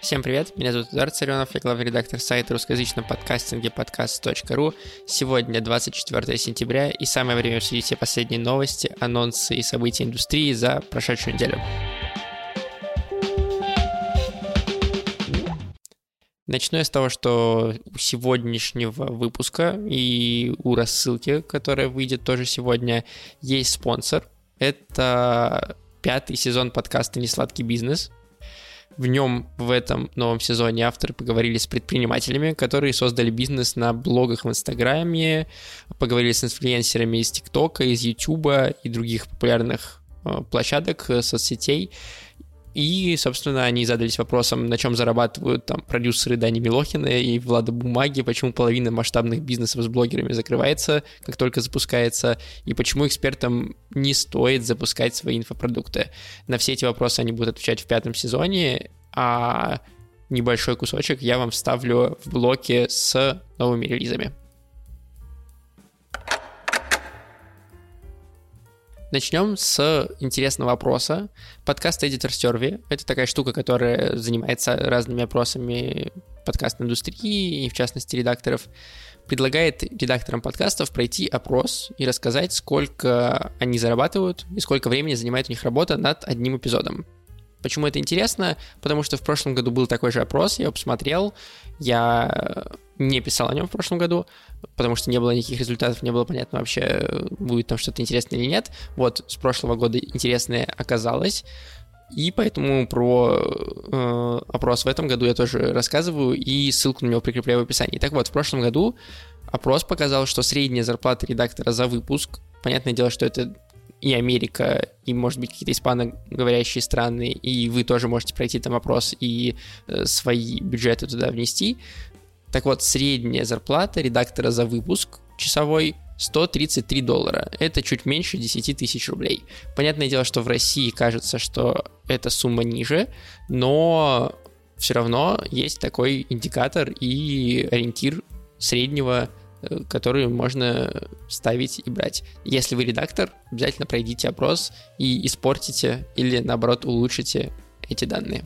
Всем привет, меня зовут Эдуард Царенов, я главный редактор сайта русскоязычного подкастинга podcast.ru. Сегодня 24 сентября, и самое время обсудить все последние новости, анонсы и события индустрии за прошедшую неделю. Начну я с того, что у сегодняшнего выпуска и у рассылки, которая выйдет тоже сегодня, есть спонсор. Это 5-й сезон подкаста «Несладкий бизнес». В нем, в этом новом сезоне, авторы поговорили с предпринимателями, которые создали бизнес на блогах в Инстаграме, поговорили с инфлюенсерами из ТикТока, из Ютуба и других популярных площадок, соцсетей. И, собственно, они задались вопросом, на чем зарабатывают там продюсеры Дани Милохина и Влада Бумаги, почему половина масштабных бизнесов с блогерами закрывается, как только запускается, и почему экспертам не стоит запускать свои инфопродукты. На все эти вопросы они будут отвечать в 5-м сезоне, а небольшой кусочек я вам вставлю в блоке с новыми релизами. Начнем с интересного вопроса. Подкаст Editor Survey — это такая штука, которая занимается разными опросами подкастной индустрии и, в частности, редакторов. Предлагает редакторам подкастов пройти опрос и рассказать, сколько они зарабатывают и сколько времени занимает у них работа над одним эпизодом. Почему это интересно? Потому что в прошлом году был такой же опрос, я его посмотрел, я не писал о нем в прошлом году, потому что не было никаких результатов, не было понятно вообще, будет там что-то интересное или нет. Вот, с прошлого года интересное оказалось, и поэтому про опрос в этом году я тоже рассказываю, и ссылку на него прикрепляю в описании. Так вот, в прошлом году опрос показал, что средняя зарплата редактора за выпуск, понятное дело, что это и Америка, и, может быть, какие-то испаноговорящие страны, и вы тоже можете пройти там опрос и свои бюджеты туда внести. Так вот, средняя зарплата редактора за выпуск часовой $133. Это чуть меньше 10 тысяч рублей. Понятное дело, что в России кажется, что эта сумма ниже, но все равно есть такой индикатор и ориентир среднего, который можно ставить и брать. Если вы редактор, обязательно пройдите опрос и испортите или, наоборот, улучшите эти данные.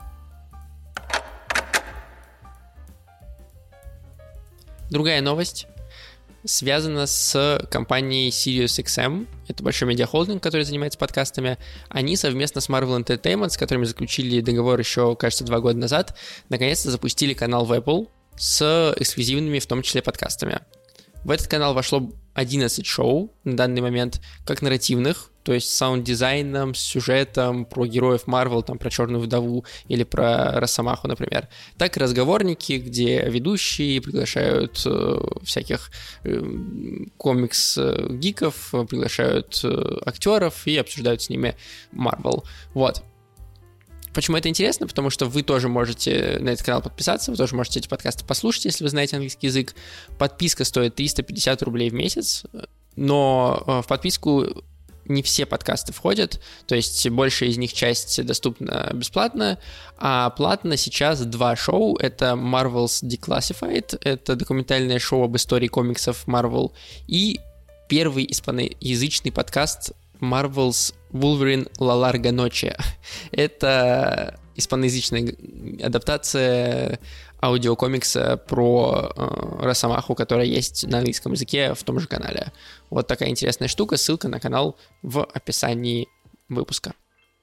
Другая новость связана с компанией SiriusXM. Это большой медиахолдинг, который занимается подкастами. Они совместно с Marvel Entertainment, с которыми заключили договор еще, кажется, 2 года назад, наконец-то запустили канал в Apple с эксклюзивными, в том числе, подкастами. В этот канал вошло 11 шоу на данный момент, как нарративных, то есть с саунд-дизайном, с сюжетом про героев Marvel, там про Черную Вдову или про Росомаху, например, так и разговорники, где ведущие приглашают всяких комикс-гиков, приглашают актеров и обсуждают с ними Marvel. Вот. Почему это интересно? Потому что вы тоже можете на этот канал подписаться, вы тоже можете эти подкасты послушать, если вы знаете английский язык. Подписка стоит 350 рублей в месяц, но в подписку не все подкасты входят, то есть большая из них часть доступна бесплатно, а платно сейчас 2 шоу. Это Marvel's Declassified, это документальное шоу об истории комиксов Marvel, и первый испаноязычный подкаст Marvel's Wolverine La Larga Noche. Это испаноязычная адаптация аудиокомикса про Росомаху, которая есть на английском языке в том же канале. Вот такая интересная штука. Ссылка на канал в описании выпуска.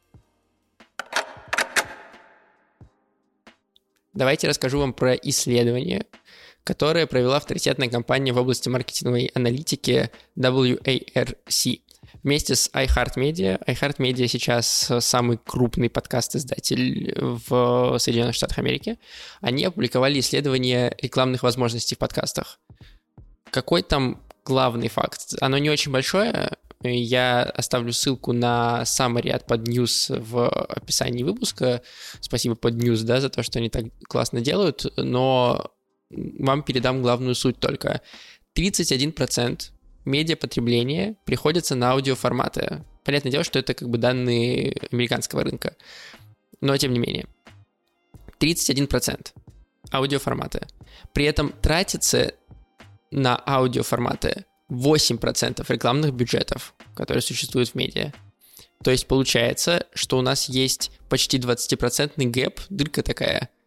Давайте расскажу вам про исследование, которое провела авторитетная компания в области маркетинговой аналитики WARC. Вместе с iHeartMedia. iHeartMedia сейчас самый крупный подкаст-издатель в Соединенных Штатах Америки. Они опубликовали исследование рекламных возможностей в подкастах. Какой там главный факт? Оно не очень большое. Я оставлю ссылку на summary от PodNews в описании выпуска. Спасибо PodNews, да, за то, что они так классно делают. Но вам передам главную суть только. 31% медиапотребления приходится на аудиоформаты. Понятное дело, что это как бы данные американского рынка. Но тем не менее. 31% аудиоформаты. При этом тратится на аудиоформаты 8% рекламных бюджетов, которые существуют в медиа. То есть получается, что у нас есть почти 20% гэп, дырка такая,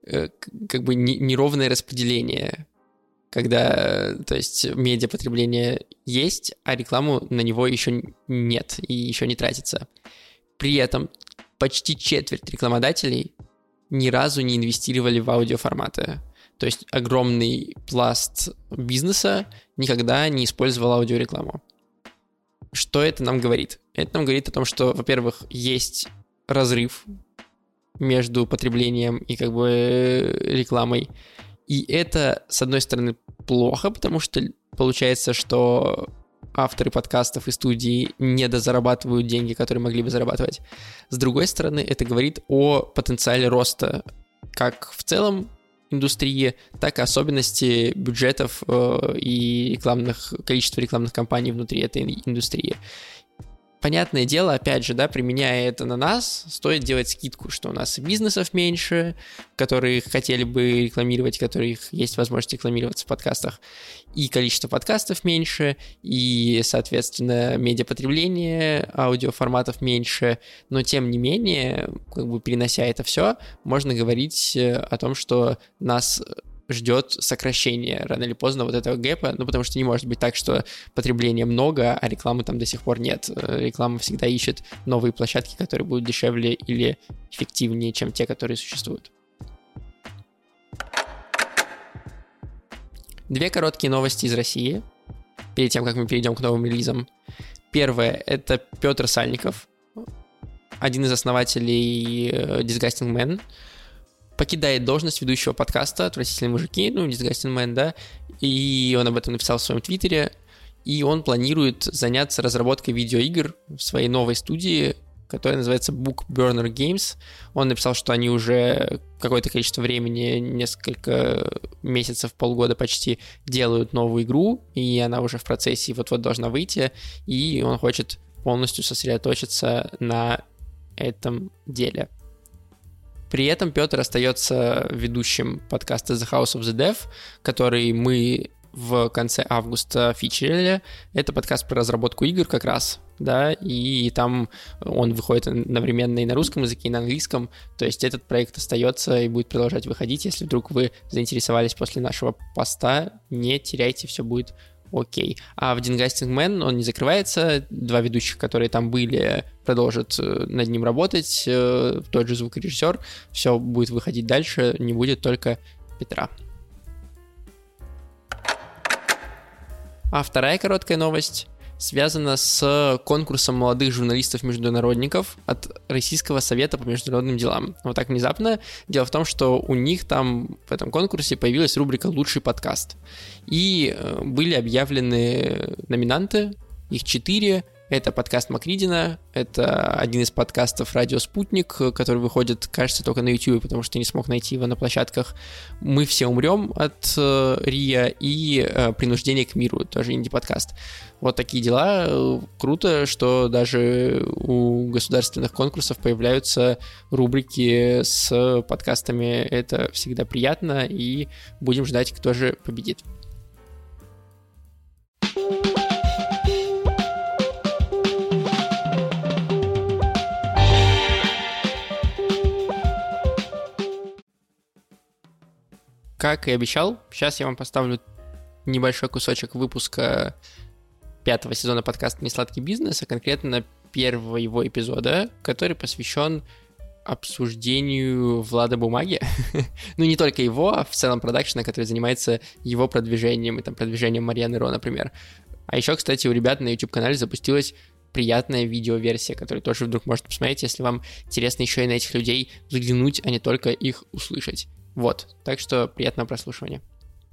как бы неровное распределение, когда, то есть, медиапотребление есть, а рекламу на него еще нет и еще не тратится. При этом почти четверть рекламодателей ни разу не инвестировали в аудиоформаты. То есть огромный пласт бизнеса никогда не использовал аудиорекламу. Что это нам говорит? Это нам говорит о том, что, во-первых, есть разрыв между потреблением и как бы рекламой. И это, с одной стороны, плохо, потому что получается, что авторы подкастов и студии недозарабатывают деньги, которые могли бы зарабатывать. С другой стороны, это говорит о потенциале роста как в целом индустрии, так и особенности бюджетов и количества рекламных кампаний внутри этой индустрии. Понятное дело, опять же, да, применяя это на нас, стоит делать скидку, что у нас и бизнесов меньше, которые хотели бы рекламировать, которых есть возможность рекламироваться в подкастах, и количество подкастов меньше, и, соответственно, медиапотребление аудиоформатов меньше, но тем не менее, как бы перенося это все, можно говорить о том, что нас ждет сокращение рано или поздно вот этого гэпа, ну, потому что не может быть так, что потребления много, а рекламы там до сих пор нет. Реклама всегда ищет новые площадки, которые будут дешевле или эффективнее, чем те, которые существуют. Две короткие новости из России, перед тем, как мы перейдем к новым релизам. Первое — это Петр Сальников, один из основателей Disgusting Man, покидает должность ведущего подкаста «Отвратительные мужики», Disgusting Man, да, и он об этом написал в своем твиттере, и он планирует заняться разработкой видеоигр в своей новой студии, которая называется Book Burner Games. Он написал, что они уже какое-то количество времени, несколько месяцев, полгода почти, делают новую игру, и она уже в процессе вот-вот должна выйти, и он хочет полностью сосредоточиться на этом деле. При этом Петр остается ведущим подкаста The House of the Dev, который мы в конце августа фичерили. Это подкаст про разработку игр как раз, да, и там он выходит одновременно и на русском языке, и на английском. То есть этот проект остается и будет продолжать выходить. Если вдруг вы заинтересовались после нашего поста, не теряйте, все будет окей. А в Disgusting Man он не закрывается. Два ведущих, которые там были, продолжат над ним работать. Тот же звукорежиссер. Все будет выходить дальше. Не будет только Петра. А вторая короткая новость связана с конкурсом молодых журналистов-международников от Российского совета по международным делам. Вот так внезапно. Дело в том, что у них там в этом конкурсе появилась рубрика «Лучший подкаст». И были объявлены номинанты, их 4. Это подкаст Макридина, это один из подкастов «Радио Спутник», который выходит, кажется, только на YouTube, потому что не смог найти его на площадках. «Мы все умрем» от РИА и «Принуждение к миру», тоже инди-подкаст. Вот такие дела. Круто, что даже у государственных конкурсов появляются рубрики с подкастами. Это всегда приятно, и будем ждать, кто же победит. Как и обещал, сейчас я вам поставлю небольшой кусочек выпуска 5-го сезона подкаста «Несладкий бизнес», а конкретно первого его эпизода, который посвящен обсуждению Влада Бумаги. Ну, не только его, а в целом продакшена, который занимается его продвижением, и там продвижением Марьяны Ро, например. А еще, кстати, у ребят на YouTube-канале запустилась приятная видеоверсия, которую тоже вдруг можете посмотреть, если вам интересно еще и на этих людей взглянуть, а не только их услышать. Вот, так что приятного прослушивания.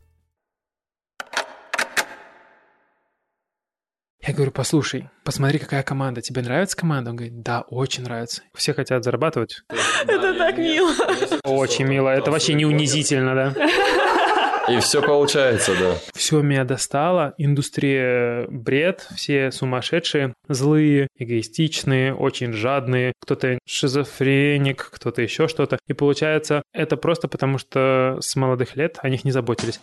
Я говорю, послушай, посмотри, какая команда. Тебе нравится команда? Он говорит, да, очень нравится. Все хотят зарабатывать. Это так мило. Очень мило. Это вообще не унизительно, да? И все получается, да. Все меня достало. Индустрия бред. Все сумасшедшие, злые, эгоистичные, очень жадные. Кто-то шизофреник, кто-то еще что-то. И получается, это просто потому, что с молодых лет о них не заботились.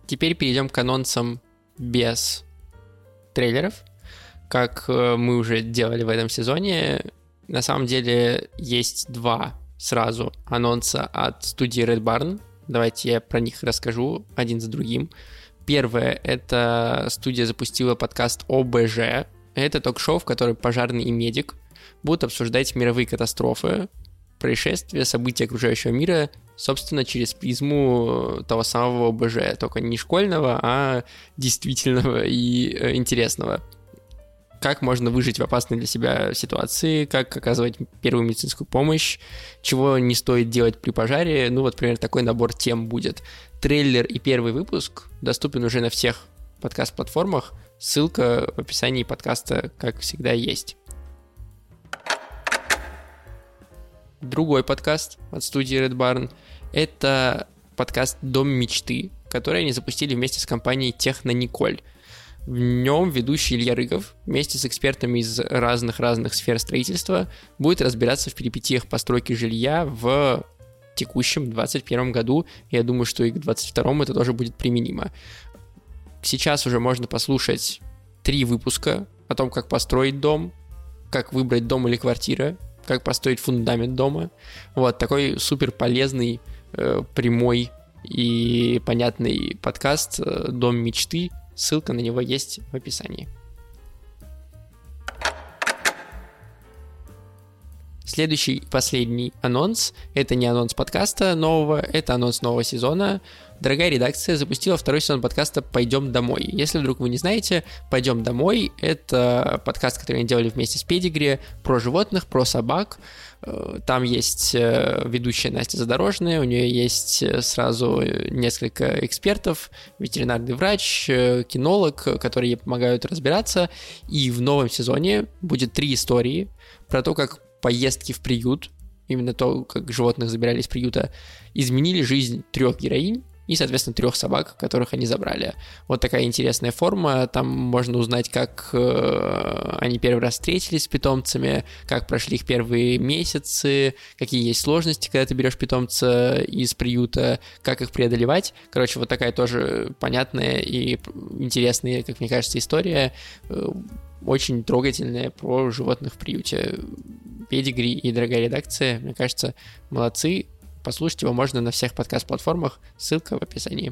Теперь перейдем к анонсам без трейлеров, как мы уже делали в этом сезоне. На самом деле есть два сразу анонса от студии Red Barn. Давайте я про них расскажу один за другим. Первое, это студия запустила подкаст ОБЖ. Это ток-шоу, в котором пожарный и медик будут обсуждать мировые катастрофы, происшествия, события окружающего мира, собственно, через призму того самого ОБЖ, только не школьного, а действительного и интересного. Как можно выжить в опасной для себя ситуации, как оказывать первую медицинскую помощь, чего не стоит делать при пожаре. Ну вот, например, такой набор тем будет. Трейлер и первый выпуск доступен уже на всех подкаст-платформах. Ссылка в описании подкаста, как всегда, есть. Другой подкаст от студии Red Barn — это подкаст «Дом мечты», который они запустили вместе с компанией Технониколь. В нем ведущий Илья Рыгов вместе с экспертами из разных сфер строительства будет разбираться в перипетиях постройки жилья в текущем 2021 году. Я думаю, что и к 2022 это тоже будет применимо. Сейчас уже можно послушать 3 выпуска о том, как построить дом, как выбрать дом или квартира, как построить фундамент дома. Вот такой супер полезный, прямой и понятный подкаст «Дом мечты». Ссылка на него есть в описании. Следующий, последний анонс. Это не анонс подкаста нового, это анонс нового сезона. Дорогая редакция запустила второй сезон подкаста «Пойдем домой». Если вдруг вы не знаете, «Пойдем домой» — это подкаст, который они делали вместе с Педигри, про животных, про собак. Там есть ведущая Настя Задорожная, у нее есть сразу несколько экспертов, ветеринарный врач, кинолог, которые ей помогают разбираться. И в новом сезоне будет 3 истории про то, как поездки в приют, именно то, как животных забирали из приюта, изменили жизнь 3 героинь и, соответственно, 3 собак, которых они забрали. Вот такая интересная форма. Там можно узнать, как они первый раз встретились с питомцами, как прошли их первые месяцы, какие есть сложности, когда ты берешь питомца из приюта, как их преодолевать. Короче, вот такая тоже понятная и интересная, как мне кажется, история. Очень трогательная про животных в приюте. Педигри и дорогая редакция, мне кажется, молодцы. Послушать его можно на всех подкаст-платформах. Ссылка в описании.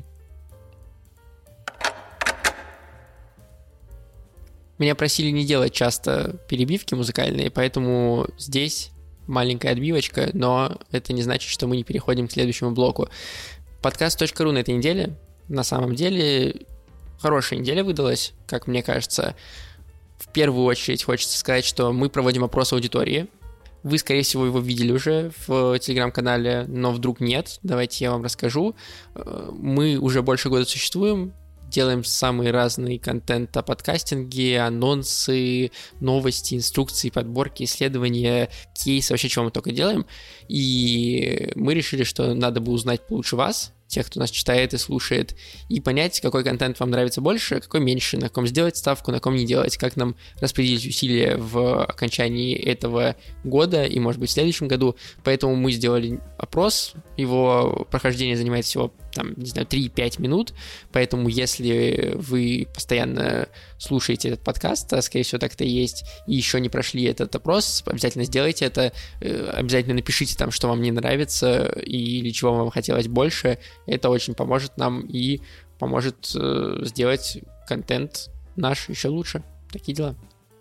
Меня просили не делать часто перебивки музыкальные, поэтому здесь маленькая отбивочка, но это не значит, что мы не переходим к следующему блоку. Подкаст.ру на этой неделе, на самом деле, хорошая неделя выдалась, как мне кажется. В первую очередь хочется сказать, что мы проводим опрос аудитории. Вы, скорее всего, его видели уже в телеграм-канале, но вдруг нет. Давайте я вам расскажу. Мы уже больше года существуем, делаем самый разный контент о подкастинге, анонсы, новости, инструкции, подборки, исследования, кейсы, вообще чего мы только делаем. И мы решили, что надо бы узнать получше вас, тех, кто нас читает и слушает, и понять, какой контент вам нравится больше, какой меньше, на ком сделать ставку, на ком не делать, как нам распределить усилия в окончании этого года и, может быть, в следующем году. Поэтому мы сделали опрос, его прохождение занимает всего, там, не знаю, 3-5 минут, поэтому если вы постоянно слушаете этот подкаст, а, скорее всего, так-то и есть, и еще не прошли этот опрос, обязательно сделайте это, обязательно напишите там, что вам не нравится или чего вам хотелось больше. Это очень поможет нам и поможет сделать контент наш еще лучше. Такие дела.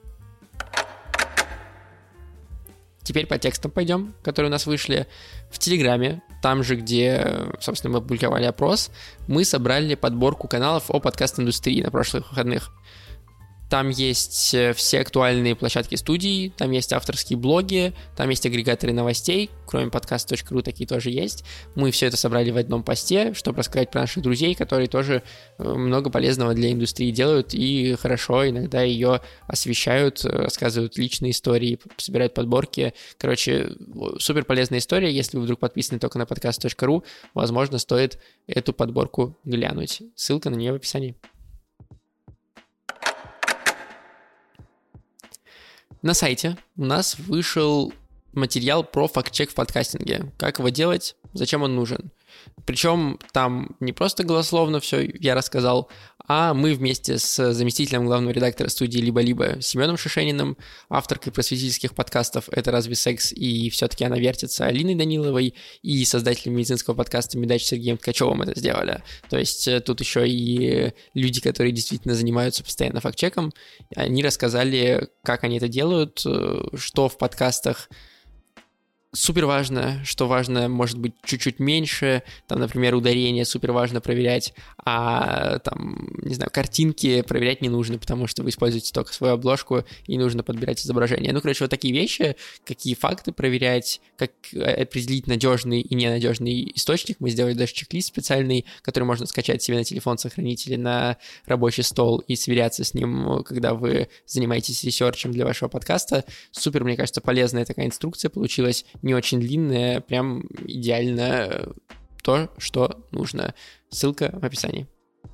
Теперь по текстам пойдем, которые у нас вышли в Телеграме. Там же, где, собственно, мы публиковали опрос, мы собрали подборку каналов о подкаст-индустрии на прошлых выходных. Там есть все актуальные площадки студий, там есть авторские блоги, там есть агрегаторы новостей, кроме подкаст.ру такие тоже есть. Мы все это собрали в одном посте, чтобы рассказать про наших друзей, которые тоже много полезного для индустрии делают и хорошо иногда ее освещают, рассказывают личные истории, собирают подборки. Короче, супер полезная история. Если вы вдруг подписаны только на подкаст.ру, возможно, стоит эту подборку глянуть. Ссылка на нее в описании. На сайте у нас вышел материал про факт-чек в подкастинге. Как его делать, зачем он нужен. Причем там не просто голословно все я рассказал, а мы вместе с заместителем главного редактора студии «Либо-либо» Семеном Шишениным, авторкой просветительских подкастов «Это разве секс?» и «Все-таки она вертится» Алиной Даниловой и создателем медицинского подкаста «Медач» Сергеем Ткачевым это сделали. То есть тут еще и люди, которые действительно занимаются постоянно факт-чеком, они рассказали, как они это делают, что в подкастах супер важно, что важно, может быть, чуть-чуть меньше, там, например, ударение супер важно проверять, а там, не знаю, картинки проверять не нужно, потому что вы используете только свою обложку и нужно подбирать изображение. Ну, короче, вот такие вещи, какие факты проверять, как определить надежный и ненадежный источник. Мы сделали даже чек-лист специальный, который можно скачать себе на телефон, сохранить или на рабочий стол и сверяться с ним, когда вы занимаетесь ресерчем для вашего подкаста. Супер, мне кажется, полезная такая инструкция получилась, не очень длинная, прям идеально то, что нужно. Ссылка в описании.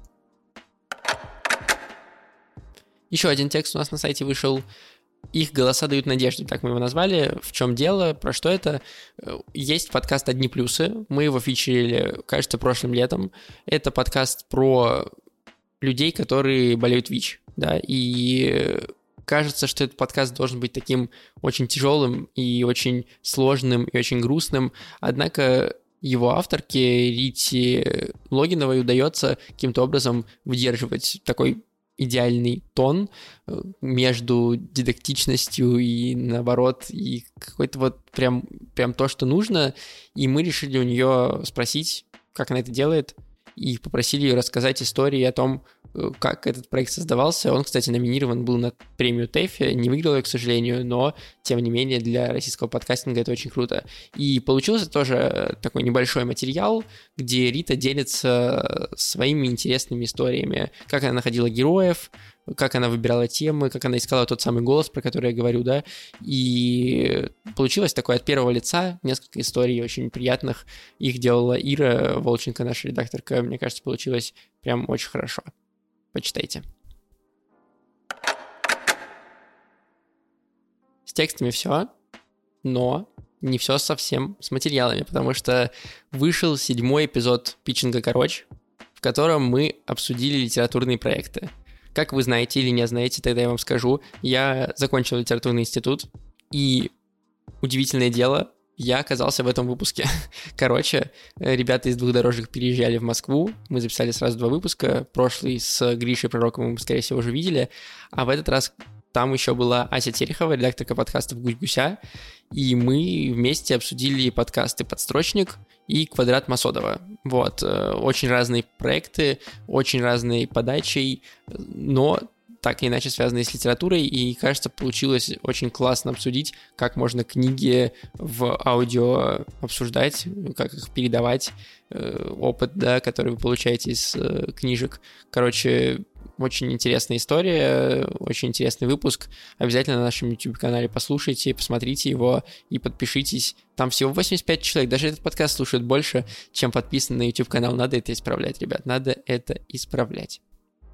Еще один текст у нас на сайте вышел. Их голоса дают надежду, так мы его назвали. В чем дело, про что это? Есть подкаст «Одни плюсы». Мы его фичерили, кажется, прошлым летом. Это подкаст про людей, которые болеют ВИЧ, да, и кажется, что этот подкаст должен быть таким очень тяжелым и очень сложным и очень грустным, однако его авторке Рите Логиновой удается каким-то образом выдерживать такой идеальный тон между дидактичностью и наоборот, и какой-то вот прям то, что нужно, и мы решили у нее спросить, как она это делает, и попросили ее рассказать истории о том, как этот проект создавался. Он, кстати, номинирован был на премию ТЭФИ, не выиграл ее, к сожалению, но, тем не менее, для российского подкастинга это очень круто. И получился тоже такой небольшой материал, где Рита делится своими интересными историями, как она находила героев, как она выбирала темы, как она искала тот самый голос, про который я говорю, да, и получилось такое от первого лица, несколько историй очень приятных, их делала Ира Волченко, наша редакторка, мне кажется, получилось прям очень хорошо. Почитайте. С текстами все, но не все совсем с материалами, потому что вышел 7-й эпизод «Питчинга короче», в котором мы обсудили литературные проекты. Как вы знаете или не знаете, тогда я вам скажу, я закончил литературный институт, и удивительное дело, я оказался в этом выпуске. Короче, ребята из «Двух дорожек» переезжали в Москву, мы записали сразу 2 выпуска, прошлый с Гришей Пророковым вы, скорее всего, уже видели, а в этот раз там еще была Ася Терехова, редакторка подкастов «Гусь-гуся», и мы вместе обсудили подкасты «Подстрочник» и «Квадрат Масодова». Вот, очень разные проекты, очень разные подачи, но так или иначе связанные с литературой, и, кажется, получилось очень классно обсудить, как можно книги в аудио обсуждать, как их передавать, опыт, да, который вы получаете из книжек. Короче, очень интересная история, очень интересный выпуск. Обязательно на нашем YouTube-канале послушайте, посмотрите его и подпишитесь. Там всего 85 человек, даже этот подкаст слушают больше, чем подписаны на YouTube-канал. Надо это исправлять, ребят, надо это исправлять.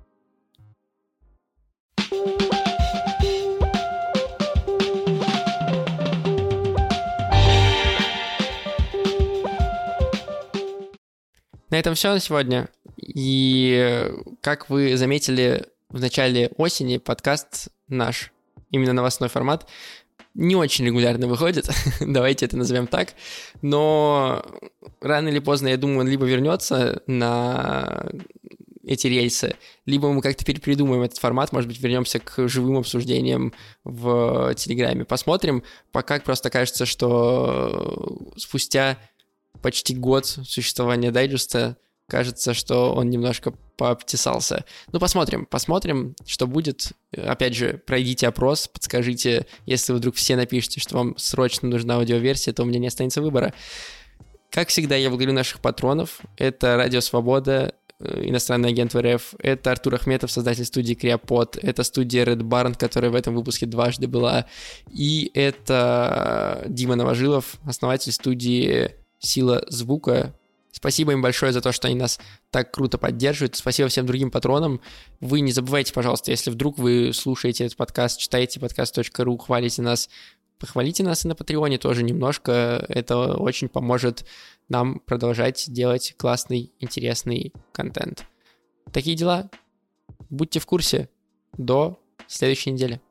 На этом все на сегодня. И как вы заметили, в начале осени подкаст наш, именно новостной формат, не очень регулярно выходит, давайте это назовем так, но рано или поздно, я думаю, он либо вернется на эти рельсы, либо мы как-то перепридумаем этот формат, может быть, вернемся к живым обсуждениям в Телеграме. Посмотрим. Пока просто кажется, что спустя почти год существования дайджеста кажется, что он немножко пообтесался. Ну, посмотрим, что будет. Опять же, пройдите опрос, подскажите, если вы вдруг все напишите, что вам срочно нужна аудиоверсия, то у меня не останется выбора. Как всегда, я благодарю наших патронов. Это Радио Свобода, иностранный агент в РФ, это Артур Ахметов, создатель студии Креопод, это студия Red Barn, которая в этом выпуске дважды была, и это Дима Новожилов, основатель студии Сила звука. Спасибо им большое за то, что они нас так круто поддерживают. Спасибо всем другим патронам. Вы не забывайте, пожалуйста, если вдруг вы слушаете этот подкаст, читаете подкаст.ру, хвалите нас, Похвалите нас и на Патреоне тоже немножко. Это очень поможет нам продолжать делать классный, интересный контент. Такие дела. Будьте в курсе. До следующей недели.